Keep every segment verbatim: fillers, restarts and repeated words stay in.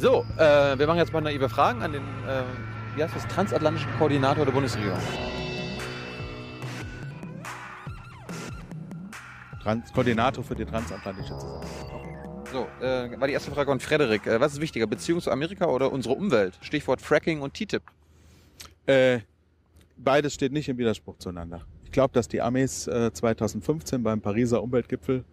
So, äh, wir machen jetzt mal naive Fragen an den, äh, wie heißt das, transatlantischen Koordinator der Bundesregierung. Trans- Koordinator für die transatlantische Zusammenarbeit. So, äh, war die erste Frage von Frederik. Äh, was ist wichtiger, Beziehung zu Amerika oder unsere Umwelt? Stichwort Fracking und T T I P. Äh, beides steht nicht im Widerspruch zueinander. Ich glaube, dass die Amis äh, zweitausendfünfzehn beim Pariser Umweltgipfel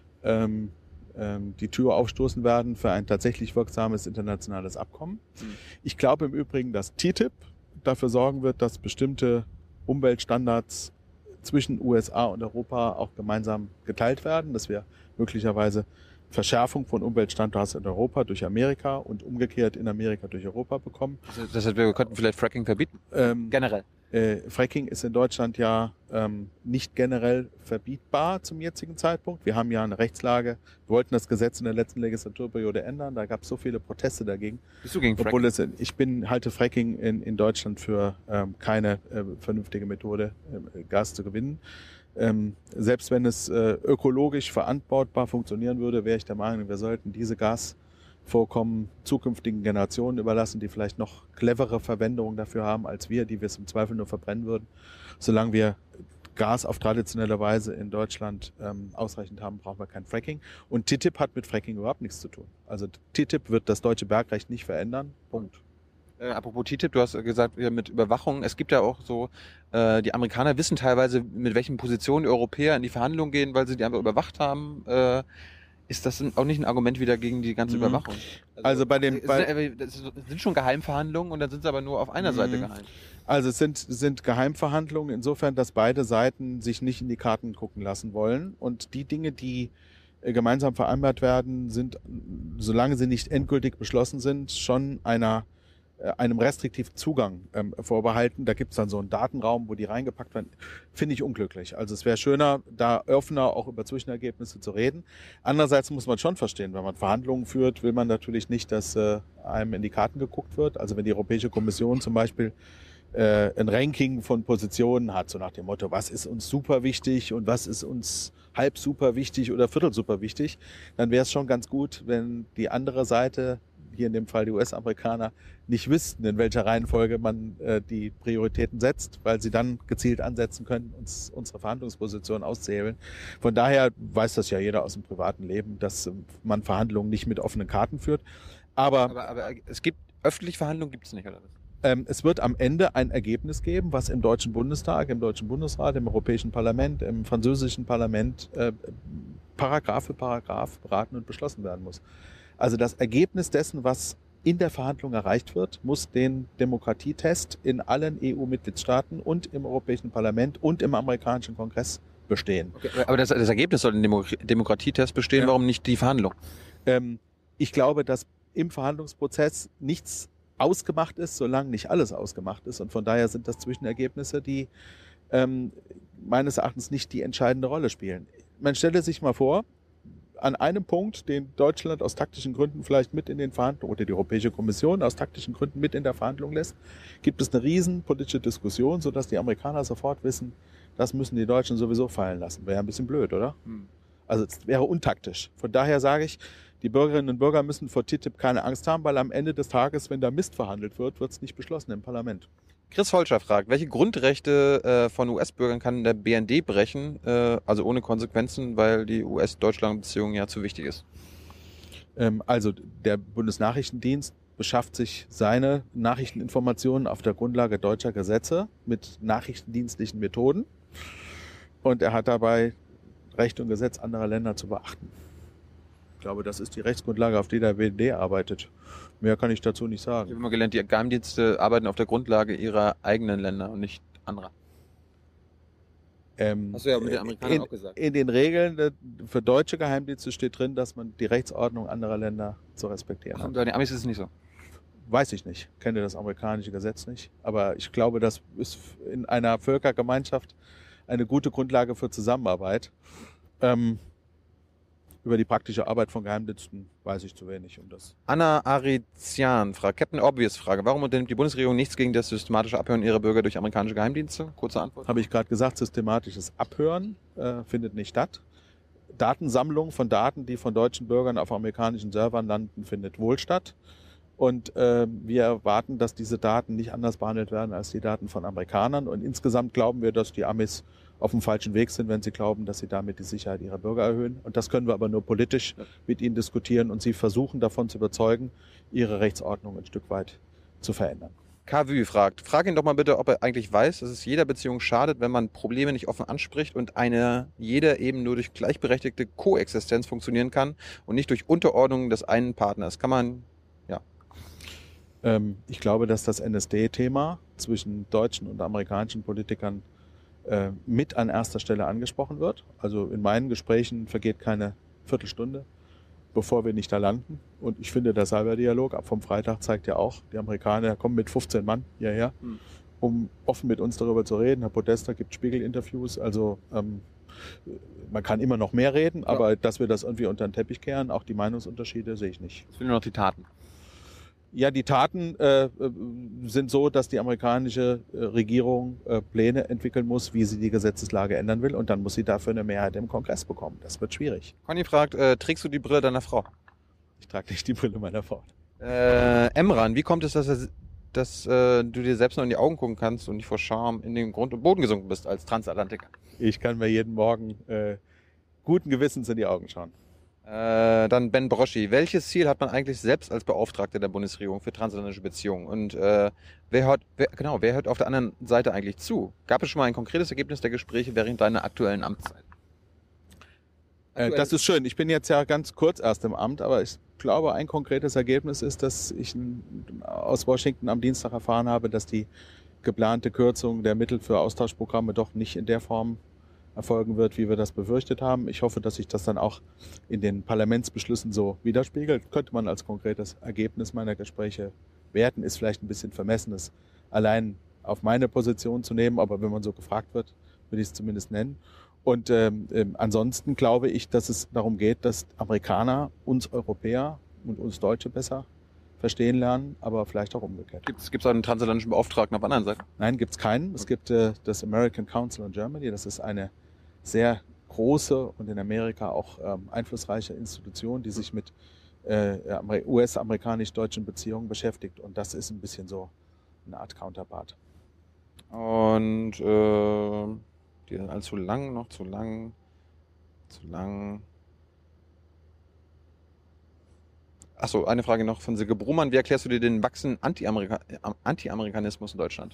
ähm, ähm, die Tür aufstoßen werden für ein tatsächlich wirksames internationales Abkommen. Mhm. Ich glaube im Übrigen, dass T T I P dafür sorgen wird, dass bestimmte Umweltstandards zwischen U S A und Europa auch gemeinsam geteilt werden, dass wir möglicherweise Verschärfung von Umweltstandards in Europa durch Amerika und umgekehrt in Amerika durch Europa bekommen. Also, das heißt, wir könnten vielleicht Fracking verbieten? Ähm, Generell? Äh, Fracking ist in Deutschland ja ähm, nicht generell verbietbar zum jetzigen Zeitpunkt. Wir haben ja eine Rechtslage. Wir wollten das Gesetz in der letzten Legislaturperiode ändern. Da gab es so viele Proteste dagegen. Bist du gegen Fracking? Obwohl es, ich bin halte Fracking in, in Deutschland für ähm, keine äh, vernünftige Methode, äh, Gas zu gewinnen. Ähm, selbst wenn es äh, ökologisch verantwortbar funktionieren würde, wäre ich der Meinung, wir sollten diese Gasvorkommen zukünftigen Generationen überlassen, die vielleicht noch clevere Verwendungen dafür haben als wir, die wir es im Zweifel nur verbrennen würden. Solange wir Gas auf traditionelle Weise in Deutschland ähm, ausreichend haben, brauchen wir kein Fracking. Und T T I P hat mit Fracking überhaupt nichts zu tun. Also T T I P wird das deutsche Bergrecht nicht verändern. Punkt. Äh, apropos T T I P, du hast gesagt, ja, mit Überwachung, es gibt ja auch so, äh, die Amerikaner wissen teilweise, mit welchen Positionen die Europäer in die Verhandlungen gehen, weil sie die einfach überwacht haben. Äh, ist das auch nicht ein Argument wieder gegen die ganze mhm. Überwachung? Also, also bei den... Bei es sind schon Geheimverhandlungen und dann sind sie aber nur auf einer mhm. Seite geheim. Also es sind, sind Geheimverhandlungen insofern, dass beide Seiten sich nicht in die Karten gucken lassen wollen. Und die Dinge, die äh, gemeinsam vereinbart werden, sind, solange sie nicht endgültig beschlossen sind, schon einer einem restriktiven Zugang ähm, vorbehalten. Da gibt es dann so einen Datenraum, wo die reingepackt werden. Finde ich unglücklich. Also es wäre schöner, da offener auch über Zwischenergebnisse zu reden. Andererseits muss man schon verstehen, wenn man Verhandlungen führt, will man natürlich nicht, dass äh, einem in die Karten geguckt wird. Also wenn die Europäische Kommission zum Beispiel äh, ein Ranking von Positionen hat, so nach dem Motto, was ist uns super wichtig und was ist uns halb super wichtig oder viertel super wichtig, dann wäre es schon ganz gut, wenn die andere Seite, hier in dem Fall die U S-Amerikaner, nicht wüssten, in welcher Reihenfolge man äh, die Prioritäten setzt, weil sie dann gezielt ansetzen können, uns unsere Verhandlungsposition auszuhebeln. Von daher weiß das ja jeder aus dem privaten Leben, dass äh, man Verhandlungen nicht mit offenen Karten führt. Aber, aber, aber es gibt öffentliche Verhandlungen, gibt es nicht, oder was? Ähm, es wird am Ende ein Ergebnis geben, was im Deutschen Bundestag, im Deutschen Bundesrat, im Europäischen Parlament, im französischen Parlament äh, Paragraph für Paragraph beraten und beschlossen werden muss. Also das Ergebnis dessen, was in der Verhandlung erreicht wird, muss den Demokratietest in allen E U-Mitgliedstaaten und im Europäischen Parlament und im amerikanischen Kongress bestehen. Okay, aber das, das Ergebnis soll den Demo- Demokratietest bestehen, ja. Warum nicht die Verhandlung? Ähm, ich glaube, dass im Verhandlungsprozess nichts ausgemacht ist, solange nicht alles ausgemacht ist. Und von daher sind das Zwischenergebnisse, die ähm, meines Erachtens nicht die entscheidende Rolle spielen. Man stelle sich mal vor, an einem Punkt, den Deutschland aus taktischen Gründen vielleicht mit in den Verhandlungen oder die Europäische Kommission aus taktischen Gründen mit in der Verhandlung lässt, gibt es eine riesen politische Diskussion, sodass die Amerikaner sofort wissen, das müssen die Deutschen sowieso fallen lassen. Wäre ein bisschen blöd, oder? Hm. Also es wäre untaktisch. Von daher sage ich, die Bürgerinnen und Bürger müssen vor T T I P keine Angst haben, weil am Ende des Tages, wenn da Mist verhandelt wird, wird es nicht beschlossen im Parlament. Chris Holscher fragt, welche Grundrechte äh, von U S-Bürgern kann der B N D brechen, äh, also ohne Konsequenzen, weil die U S-Deutschland-Beziehung ja zu wichtig ist? Ähm, also der Bundesnachrichtendienst beschafft sich seine Nachrichteninformationen auf der Grundlage deutscher Gesetze mit nachrichtendienstlichen Methoden und er hat dabei Recht und Gesetz anderer Länder zu beachten. Ich glaube, das ist die Rechtsgrundlage, auf die der B N D arbeitet. Mehr kann ich dazu nicht sagen. Ich habe immer gelernt, die Geheimdienste arbeiten auf der Grundlage ihrer eigenen Länder und nicht anderer. Ähm, Hast du ja mit den Amerikanern in, auch gesagt. In den Regeln für deutsche Geheimdienste steht drin, dass man die Rechtsordnung anderer Länder zu respektieren Ach, hat. bei den Amis ist es nicht so. Weiß ich nicht. Kenne das amerikanische Gesetz nicht. Aber ich glaube, das ist in einer Völkergemeinschaft eine gute Grundlage für Zusammenarbeit. Ähm, Über die praktische Arbeit von Geheimdiensten weiß ich zu wenig um das. Anna Arizian fragt, Captain Obvious Frage, warum unternimmt die Bundesregierung nichts gegen das systematische Abhören ihrer Bürger durch amerikanische Geheimdienste? Kurze Antwort. Habe ich gerade gesagt, systematisches Abhören äh, findet nicht statt. Datensammlung von Daten, die von deutschen Bürgern auf amerikanischen Servern landen, findet wohl statt. Und äh, wir erwarten, dass diese Daten nicht anders behandelt werden als die Daten von Amerikanern. Und insgesamt glauben wir, dass die Amis auf dem falschen Weg sind, wenn sie glauben, dass sie damit die Sicherheit ihrer Bürger erhöhen. Und das können wir aber nur politisch mit ihnen diskutieren und sie versuchen davon zu überzeugen, ihre Rechtsordnung ein Stück weit zu verändern. Kavü fragt, frag ihn doch mal bitte, ob er eigentlich weiß, dass es jeder Beziehung schadet, wenn man Probleme nicht offen anspricht und eine jeder eben nur durch gleichberechtigte Koexistenz funktionieren kann und nicht durch Unterordnung des einen Partners. Kann man, ja. Ähm, ich glaube, dass das N S D-Thema zwischen deutschen und amerikanischen Politikern äh, mit an erster Stelle angesprochen wird. Also in meinen Gesprächen vergeht keine Viertelstunde, bevor wir nicht da landen. Und ich finde, der Cyberdialog ab vom Freitag zeigt ja auch, die Amerikaner kommen mit fünfzehn Mann hierher, hm. um offen mit uns darüber zu reden. Herr Podesta gibt Spiegel-Interviews. Also ähm, man kann immer noch mehr reden, ja. aber dass wir das irgendwie unter den Teppich kehren, auch die Meinungsunterschiede, sehe ich nicht. Es fehlen nur noch die Taten. Ja, die Taten äh, sind so, dass die amerikanische äh, Regierung äh, Pläne entwickeln muss, wie sie die Gesetzeslage ändern will. Und dann muss sie dafür eine Mehrheit im Kongress bekommen. Das wird schwierig. Conny fragt, äh, trägst du die Brille deiner Frau? Ich trage nicht die Brille meiner Frau. Äh, Emran, wie kommt es, dass, er, dass äh, du dir selbst noch in die Augen gucken kannst und nicht vor Scham in den Grund und Boden gesunken bist als Transatlantiker? Ich kann mir jeden Morgen äh, guten Gewissens in die Augen schauen. Äh, dann Ben Broschi. Welches Ziel hat man eigentlich selbst als Beauftragter der Bundesregierung für transatlantische Beziehungen? Und äh, wer hört, wer, genau, wer hört auf der anderen Seite eigentlich zu? Gab es schon mal ein konkretes Ergebnis der Gespräche während deiner aktuellen Amtszeit? Aktuell? Äh, das ist schön. Ich bin jetzt ja ganz kurz erst im Amt, aber ich glaube, ein konkretes Ergebnis ist, dass ich aus Washington am Dienstag erfahren habe, dass die geplante Kürzung der Mittel für Austauschprogramme doch nicht in der Form erfolgen wird, wie wir das befürchtet haben. Ich hoffe, dass sich das dann auch in den Parlamentsbeschlüssen so widerspiegelt. Könnte man als konkretes Ergebnis meiner Gespräche werten. Ist vielleicht ein bisschen vermessen, es allein auf meine Position zu nehmen, aber wenn man so gefragt wird, würde ich es zumindest nennen. Und ähm, äh, ansonsten glaube ich, dass es darum geht, dass Amerikaner uns Europäer und uns Deutsche besser verstehen lernen, aber vielleicht auch umgekehrt. Gibt es einen transatlantischen Beauftragten auf der anderen Seite? Nein, gibt es keinen. Es gibt äh, das American Council on Germany. Das ist eine sehr große und in Amerika auch ähm, einflussreiche Institution, die sich mit äh, U S-amerikanisch-deutschen Beziehungen beschäftigt. Und das ist ein bisschen so eine Art Counterpart. Und äh, die sind alle zu lang, noch zu lang, zu lang. Achso, eine Frage noch von Silke Brumann. Wie erklärst du dir den wachsenden Anti-Amerika- Anti-Amerikanismus in Deutschland?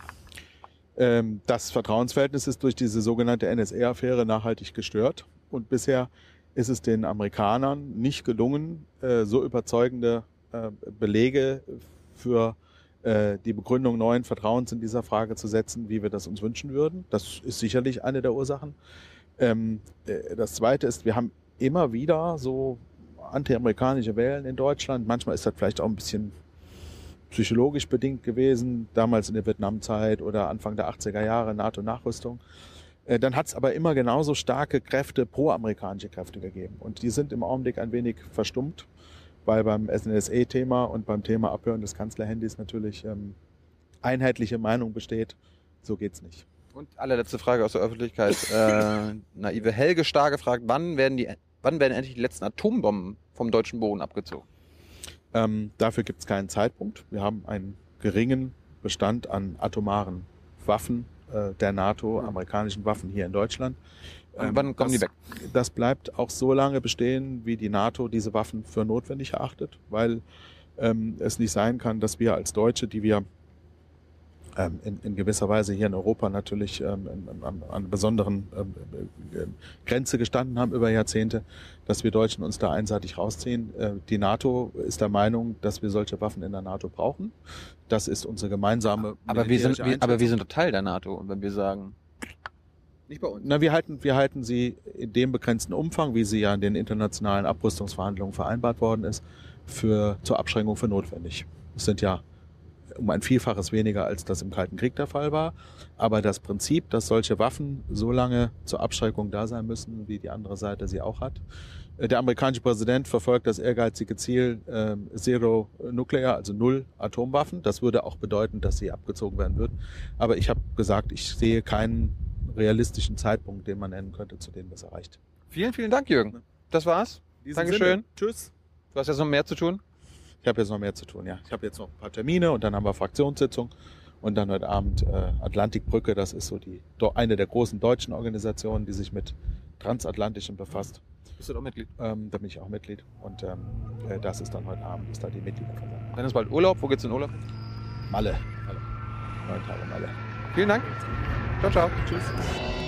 Ähm, das Vertrauensverhältnis ist durch diese sogenannte N S A-Affäre nachhaltig gestört. Und bisher ist es den Amerikanern nicht gelungen, äh, so überzeugende äh, Belege für äh, die Begründung neuen Vertrauens in dieser Frage zu setzen, wie wir das uns wünschen würden. Das ist sicherlich eine der Ursachen. Ähm, äh, das Zweite ist, wir haben immer wieder so anti-amerikanische Wellen in Deutschland. Manchmal ist das vielleicht auch ein bisschen psychologisch bedingt gewesen, damals in der Vietnamzeit oder Anfang der achtziger Jahre, NATO-Nachrüstung. Äh, dann hat es aber immer genauso starke Kräfte, pro-amerikanische Kräfte gegeben. Und die sind im Augenblick ein wenig verstummt, weil beim N S A-Thema und beim Thema Abhören des Kanzlerhandys natürlich ähm, einheitliche Meinung besteht. So geht's nicht. Und allerletzte Frage aus der Öffentlichkeit. äh, naive Helge Starr gefragt, wann werden die Wann werden endlich die letzten Atombomben vom deutschen Boden abgezogen? Ähm, dafür gibt es keinen Zeitpunkt. Wir haben einen geringen Bestand an atomaren Waffen äh, der NATO, amerikanischen Waffen hier in Deutschland. Ähm, wann kommen das, die weg? Das bleibt auch so lange bestehen, wie die NATO diese Waffen für notwendig erachtet, weil ähm, es nicht sein kann, dass wir als Deutsche, die wir ähm, in, in gewisser Weise hier in Europa natürlich ähm, an, an einer besonderen ähm, äh, Grenze gestanden haben über Jahrzehnte, dass wir Deutschen uns da einseitig rausziehen. Äh, die NATO ist der Meinung, dass wir solche Waffen in der NATO brauchen. Das ist unsere gemeinsame. Aber wir sind, wir, aber wir sind Teil der NATO. Und wenn wir sagen, nicht bei uns. Na, wir halten, wir halten sie in dem begrenzten Umfang, wie sie ja in den internationalen Abrüstungsverhandlungen vereinbart worden ist, für, zur Abschränkung für notwendig. Es sind ja um ein Vielfaches weniger, als das im Kalten Krieg der Fall war. Aber das Prinzip, dass solche Waffen so lange zur Abschreckung da sein müssen, wie die andere Seite sie auch hat. Der amerikanische Präsident verfolgt das ehrgeizige Ziel äh, Zero Nuclear, also null Atomwaffen. Das würde auch bedeuten, dass sie abgezogen werden würden. Aber ich habe gesagt, ich sehe keinen realistischen Zeitpunkt, den man nennen könnte, zu dem das erreicht. Vielen, vielen Dank, Jürgen. Das war's. Dankeschön. Tschüss. Du hast jetzt noch mehr zu tun? Ich habe jetzt noch mehr zu tun, ja. Ich habe jetzt noch ein paar Termine und dann haben wir Fraktionssitzung und dann heute Abend äh, Atlantikbrücke. Das ist so die eine der großen deutschen Organisationen, die sich mit Transatlantischem befasst. Bist du da Mitglied? Ähm, da bin ich auch Mitglied und ähm, äh, das ist dann heute Abend, ist da die Mitgliederversammlung. Dann ist bald Urlaub. Wo geht's in Urlaub? Malle. Malle. Neun Tage Malle. Vielen Dank. Ciao, ciao. Tschüss.